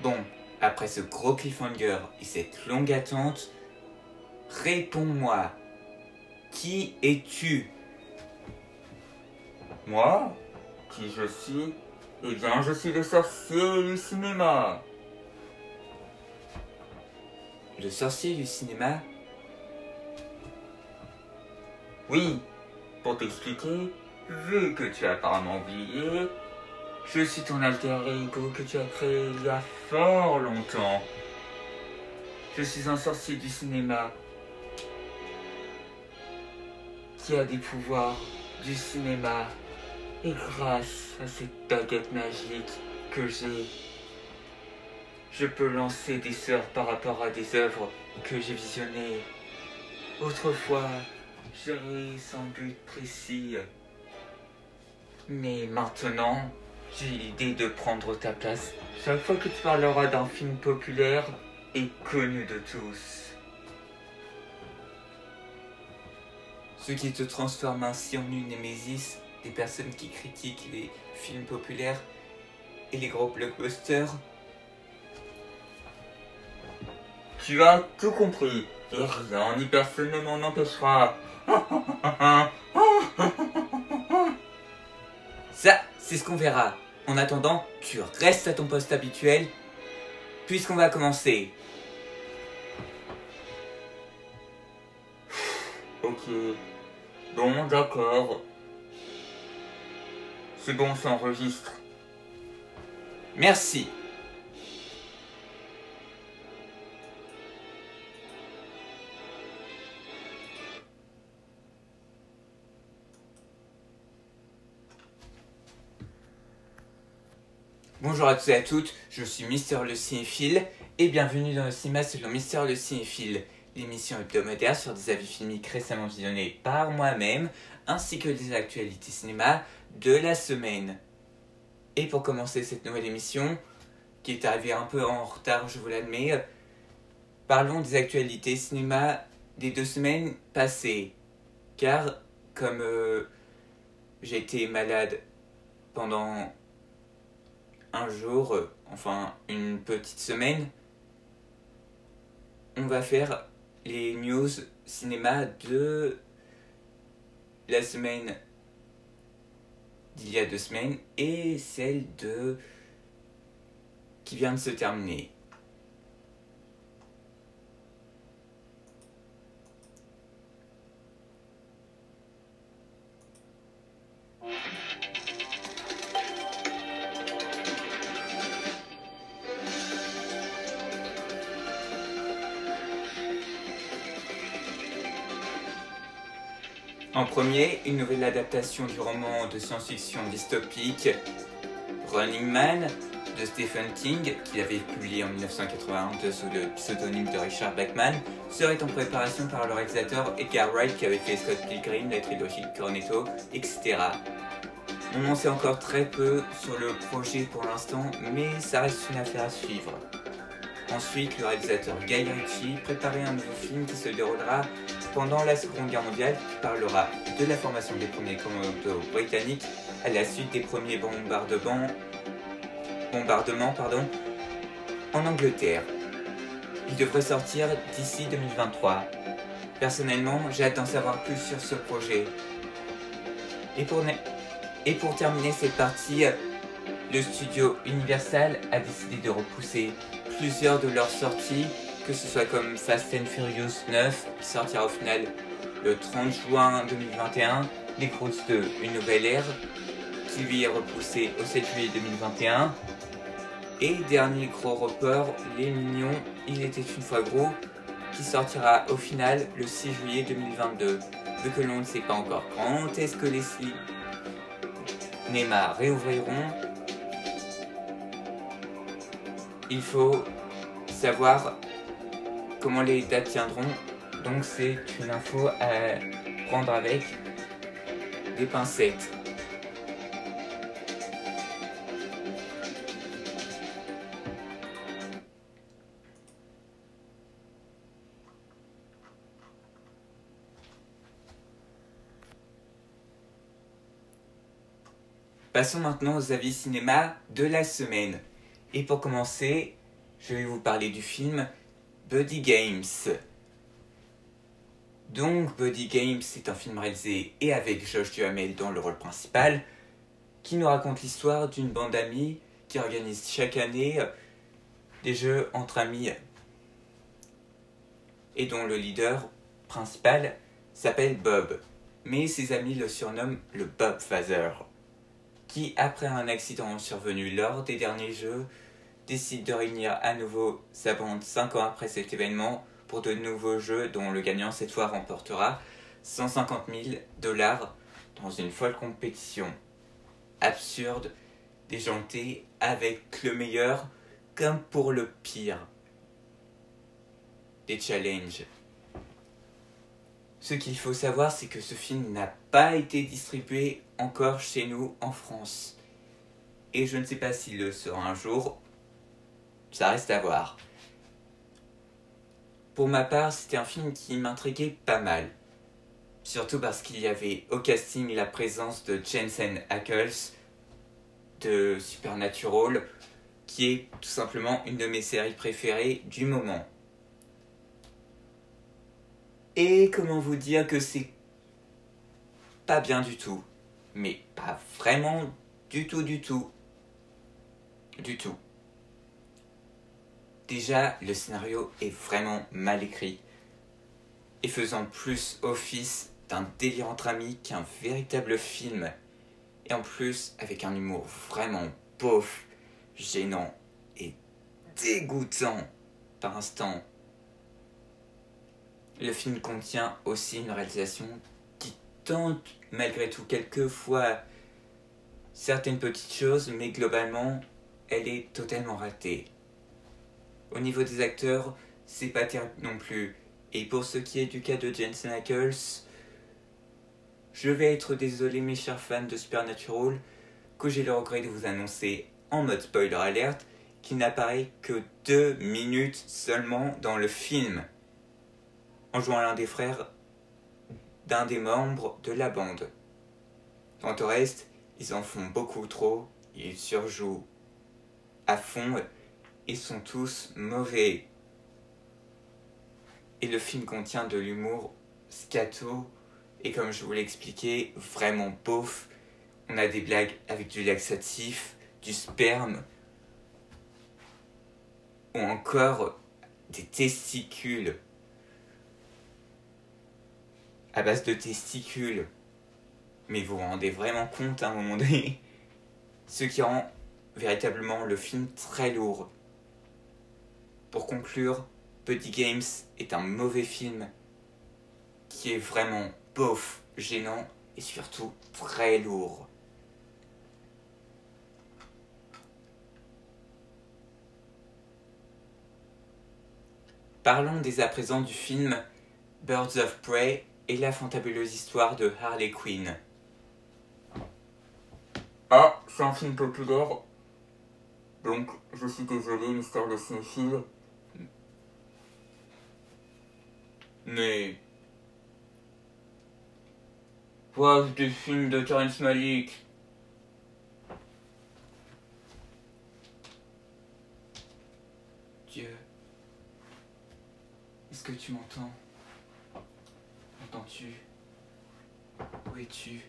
Bon, après ce gros cliffhanger et cette longue attente, réponds-moi. Qui es-tu? Moi? Qui je suis? Eh bien, je suis le sorcier du cinéma. Le sorcier du cinéma? Oui, pour t'expliquer, vu que tu as apparemment oublié, je suis ton alter ego que tu as créé il y a fort longtemps. Je suis un sorcier du cinéma qui a des pouvoirs du cinéma. Et grâce à cette baguette magique que j'ai, je peux lancer des sorts par rapport à des œuvres que j'ai visionnées. Autrefois, j'aurais sans but précis. Mais maintenant, j'ai l'idée de prendre ta place chaque fois que tu parleras d'un film populaire et connu de tous. Ce qui te transforme ainsi en une némésis des personnes qui critiquent les films populaires et les gros blockbusters. Tu as tout compris, et rien ni personne ne m'en empêchera. Ça, c'est ce qu'on verra. En attendant, tu restes à ton poste habituel, puisqu'on va commencer. Ok. Bon, d'accord. C'est bon, ça enregistre. Merci. Bonjour à tous et à toutes, je suis Mister le Cinéphile et bienvenue dans le cinéma selon Mister le Cinéphile, l'émission hebdomadaire sur des avis filmiques récemment visionnés par moi-même ainsi que des actualités cinéma de la semaine. Et pour commencer cette nouvelle émission, qui est arrivée un peu en retard, je vous l'admets, parlons des actualités cinéma des 2 semaines passées. Car comme j'ai été malade pendant un jour, enfin une petite semaine, on va faire les news cinéma de la semaine d'il y a 2 semaines et celle de qui vient de se terminer. En premier, une nouvelle adaptation du roman de science-fiction dystopique Running Man de Stephen King, qu'il avait publié en 1981 sous le pseudonyme de Richard Bachman, serait en préparation par le réalisateur Edgar Wright qui avait fait Scott Pilgrim, la trilogie de Cornetto, etc. On en sait encore très peu sur le projet pour l'instant, mais ça reste une affaire à suivre. Ensuite, le réalisateur Guy Ritchie préparait un nouveau film qui se déroulera pendant la Seconde Guerre mondiale, qui parlera de la formation des premiers commandos britanniques à la suite des premiers bombardements en Angleterre. Il devrait sortir d'ici 2023. Personnellement, j'ai hâte d'en savoir plus sur ce projet. Et pour terminer cette partie, le studio Universal a décidé de repousser plusieurs de leurs sorties, que ce soit comme Fast and Furious 9, qui sortira au final le 30 juin 2021, Les Croods 2, Une Nouvelle Ère, qui lui est repoussé au 7 juillet 2021, et dernier gros report, Les Mignons, Il était une fois gros, qui sortira au final le 6 juillet 2022. Vu que l'on ne sait pas encore quand est-ce que les cinémas réouvriront, il faut savoir comment les dates tiendront, donc c'est une info à prendre avec des pincettes. Passons maintenant aux avis cinéma de la semaine. Et pour commencer, je vais vous parler du film Buddy Games. Donc, Buddy Games est un film réalisé et avec Josh Duhamel dans le rôle principal, qui nous raconte l'histoire d'une bande d'amis qui organise chaque année des jeux entre amis et dont le leader principal s'appelle Bob, mais ses amis le surnomment le Bob Father, qui, après un accident survenu lors des derniers jeux, décide de réunir à nouveau sa bande 5 ans après cet événement pour de nouveaux jeux dont le gagnant cette fois remportera 150 000 $ dans une folle compétition absurde, déjantée, avec le meilleur comme pour le pire des challenges. Ce qu'il faut savoir, c'est que ce film n'a pas été distribué encore chez nous en France. Et je ne sais pas s'il le sera un jour, ça reste à voir. Pour ma part, c'était un film qui m'intriguait pas mal. Surtout parce qu'il y avait au casting la présence de Jensen Ackles de Supernatural, qui est tout simplement une de mes séries préférées du moment. Et comment vous dire que c'est pas bien du tout. Mais pas vraiment du tout. Déjà, le scénario est vraiment mal écrit et faisant plus office d'un délire entre amis qu'un véritable film. Et en plus, avec un humour vraiment beauf, gênant et dégoûtant par instant. Le film contient aussi une réalisation qui tente malgré tout quelquefois certaines petites choses, mais globalement, elle est totalement ratée. Au niveau des acteurs, c'est pas terrible non plus. Et pour ce qui est du cas de Jensen Ackles, je vais être désolé mes chers fans de Supernatural, que j'ai le regret de vous annoncer en mode spoiler alert qu'il n'apparaît que 2 minutes seulement dans le film, en jouant l'un des frères d'un des membres de la bande. Quant au reste, ils en font beaucoup trop, ils surjouent à fond et sont tous mauvais. Et le film contient de l'humour scato et comme je vous l'ai expliqué, vraiment beauf. On a des blagues avec du laxatif, du sperme ou encore des testicules. À base de testicules. Mais vous vous rendez vraiment compte à un moment donné. Ce qui rend véritablement le film très lourd. Pour conclure, Buddy Games est un mauvais film qui est vraiment beauf, gênant et surtout très lourd. Parlons dès à présent du film Birds of Prey et la fantabuleuse histoire de Harley Quinn. Ah, c'est un film populaire, donc je suis désolé, mystère le cinéphile. Mais... quoi des films de Terrence Malick? Dieu... est-ce que tu m'entends? M'entends-tu? Où es-tu?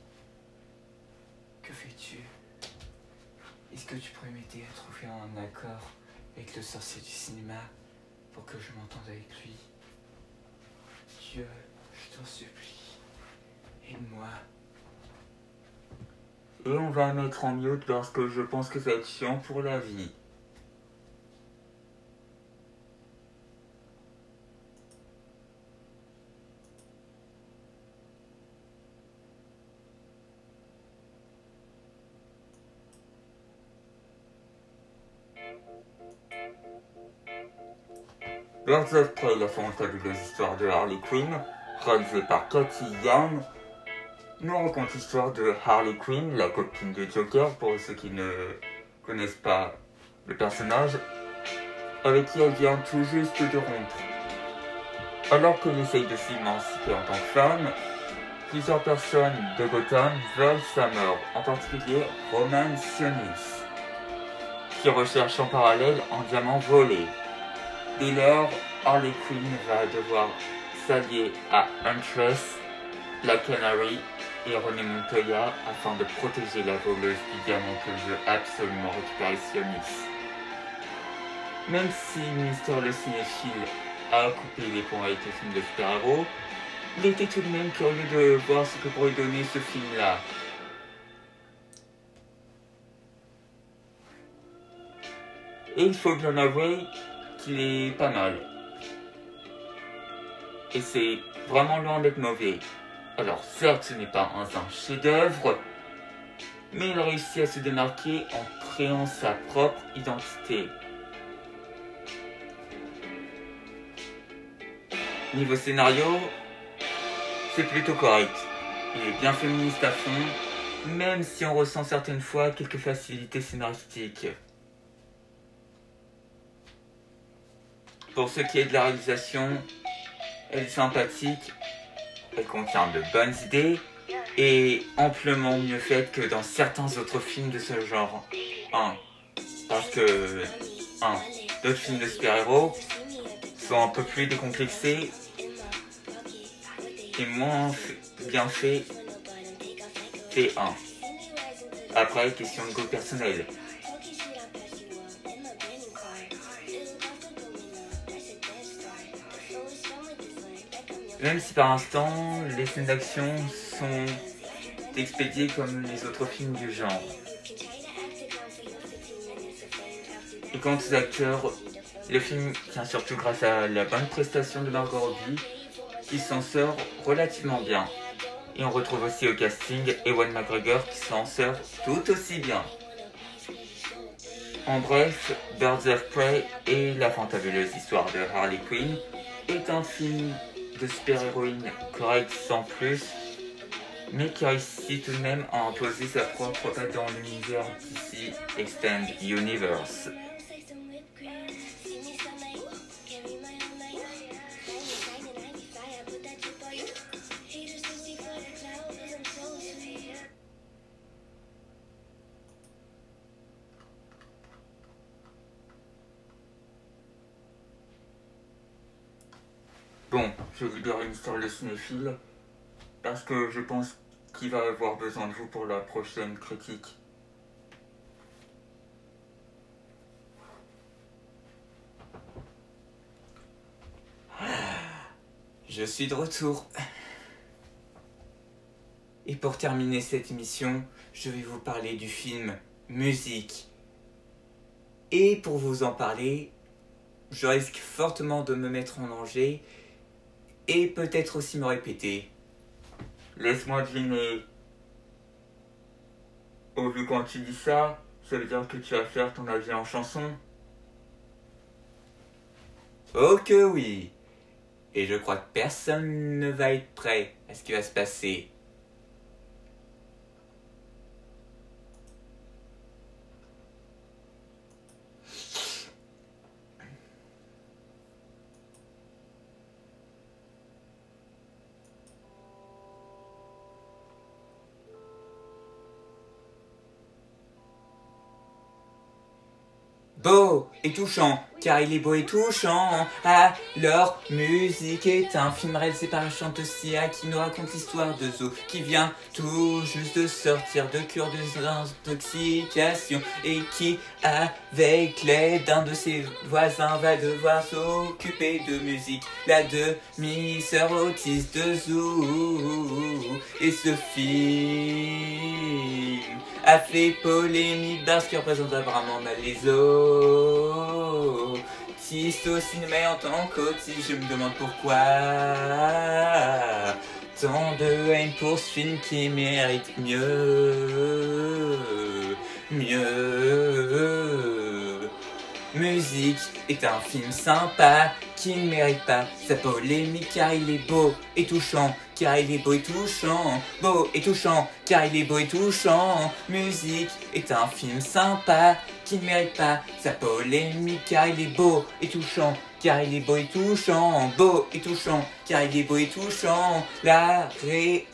Que fais-tu? Est-ce que tu pourrais m'aider à trouver un accord avec le sorcier du cinéma pour que je m'entende avec lui? Dieu, je t'en supplie, aide-moi. Et on va mettre en mute parce que je pense que ça va être chiant pour la vie. Birds of Prey, la fantabuleuse histoire de Harley Quinn, réalisée par Cathy Yan, nous raconte l'histoire de Harley Quinn, la copine de Joker, pour ceux qui ne connaissent pas le personnage, avec qui elle vient tout juste de rompre. Alors qu'elle essaye de s'émanciper en tant que femme, plusieurs personnes de Gotham veulent sa mort, en particulier Roman Sionis, qui recherche en parallèle un diamant volé. Dès lors, Harley Quinn va devoir s'allier à Huntress, Black Canary et René Montoya afin de protéger la voleuse du diamant que veut absolument récupérer Sionis. Même si Mister le cinéphile a coupé les ponts avec les films de super-héros, il était tout de même curieux de voir ce que pourrait donner ce film-là. Et il faut bien avouer qu'il est pas mal. Et c'est vraiment loin d'être mauvais. Alors certes, ce n'est pas un chef-d'œuvre, mais il réussit à se démarquer en créant sa propre identité. Niveau scénario, c'est plutôt correct. Il est bien féministe à fond, même si on ressent certaines fois quelques facilités scénaristiques. Pour ce qui est de la réalisation, elle est sympathique, elle contient de bonnes idées et amplement mieux faite que dans certains autres films de ce genre. Parce que d'autres films de super-héros sont un peu plus décomplexés et moins bien faits que Après, question de goût personnel. Même si par instant, les scènes d'action sont expédiées comme les autres films du genre. Et quant aux acteurs, le film tient surtout grâce à la bonne prestation de Margot Robbie, qui s'en sort relativement bien. Et on retrouve aussi au casting Ewan McGregor qui s'en sort tout aussi bien. En bref, Birds of Prey et la fantabuleuse histoire de Harley Quinn est un film de super-héroïne correct sans plus, mais qui réussit tout de même à imposer sa propre patte dans l'univers DC Extended Universe. Bon, je vais vous dire une histoire de cinéphile, parce que je pense qu'il va avoir besoin de vous pour la prochaine critique. Je suis de retour. Et pour terminer cette émission, je vais vous parler du film Musique. Et pour vous en parler, je risque fortement de me mettre en danger et peut-être aussi me répéter. Laisse-moi deviner. Au vu quand tu dis ça, ça veut dire que tu vas faire ton avis en chanson? Oh que oui! Et je crois que personne ne va être prêt à ce qui va se passer. Beau et touchant, car il est beau et touchant. Alors, Musique est un film réalisé par la chanteuse Sia qui nous raconte l'histoire de Zo qui vient tout juste de sortir de cure d'intoxication et qui, avec l'aide d'un de ses voisins, va devoir s'occuper de Musique, la demi-sœur autiste de Zo. Et ce film a fait polémique parce qu'il représente apparemment mal les autistes au cinéma en tant qu'autiste. Je me demande pourquoi tant de haine pour ce film qui mérite mieux. Musique est un film sympa qui ne mérite pas sa polémique car il est beau et touchant, car il est beau et touchant, beau et touchant, car il est beau et touchant. Musique est un film sympa qui ne mérite pas sa polémique car il est beau et touchant, car il est beau et touchant, beau et touchant, car il est beau et touchant. La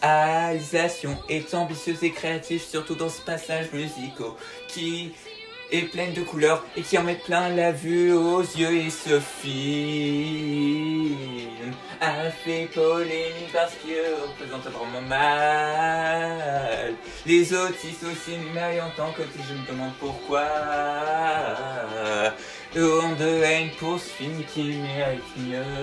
réalisation est ambitieuse et créative, surtout dans ce passage musicaux qui et pleine de couleurs et qui en met plein la vue aux yeux. Et ce film a fait polémique parce qu'il représente vraiment mal les autistes au cinéma. Et en tant qu'autiste, je me demande pourquoi on de haine pour ce film qui mérite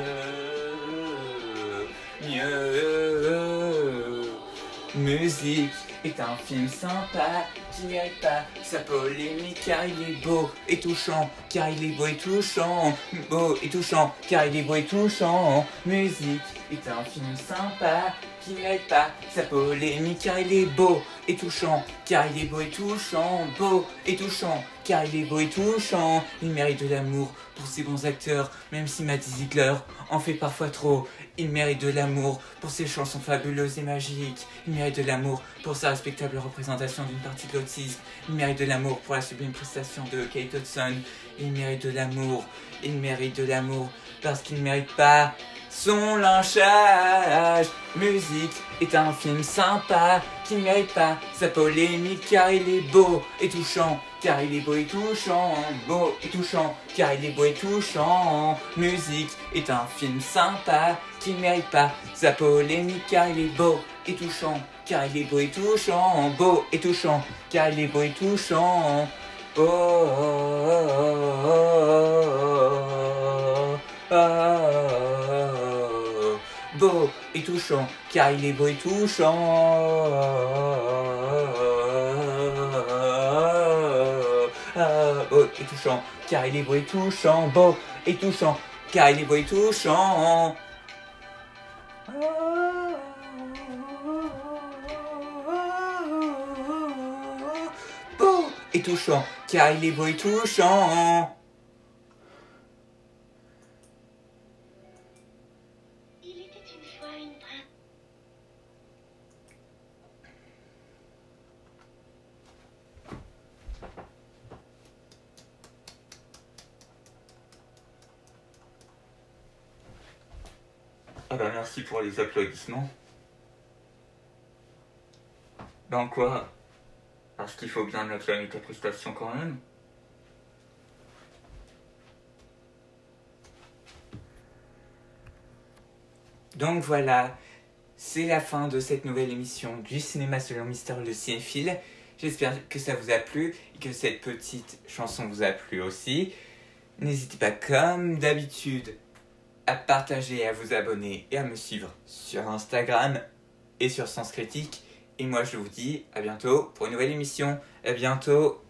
mieux. Musique est un film sympa qui mérite pas sa polémique car il est beau et touchant, car il est beau et touchant, beau et touchant, car il est beau et touchant. Musique est un film sympa qui mérite pas sa polémique car il est beau et touchant, car il est beau et touchant, beau et touchant, car il est beau et touchant. Il mérite de l'amour pour ses bons acteurs, même si Matt Ziegler en fait parfois trop. Il mérite de l'amour pour ses chansons fabuleuses et magiques. Il mérite de l'amour pour sa respectable représentation d'une partie de l'autisme. Il mérite de l'amour pour la sublime prestation de Kate Hudson. Il mérite de l'amour parce qu'il ne mérite pas son lynchage. Musique est un film sympa qui ne mérite pas sa polémique car il est beau et touchant, car il est beau et touchant, beau et touchant, car il est beau et touchant. Musique est un film sympa qui ne mérite pas sa polémique car il est beau et touchant, car il est beau et touchant, beau et touchant, car il est beau et touchant. Oh, oh, oh, oh, oh, oh, beau et touchant, car il est beau et touchant. Beau et touchant, car il est beau et touchant, beau et touchant, car il est beau et touchant. Beau et touchant, car il est beau et touchant. Il était une fois une princesse. Ah bah merci pour les applaudissements. Ben quoi? Parce qu'il faut bien acclamer ta prestation quand même. Donc voilà, c'est la fin de cette nouvelle émission du cinéma selon Mister le cinéphile. J'espère que ça vous a plu et que cette petite chanson vous a plu aussi. N'hésitez pas comme d'habitude à partager, à vous abonner et à me suivre sur Instagram et sur Sens Critique. Et moi je vous dis à bientôt pour une nouvelle émission. À bientôt.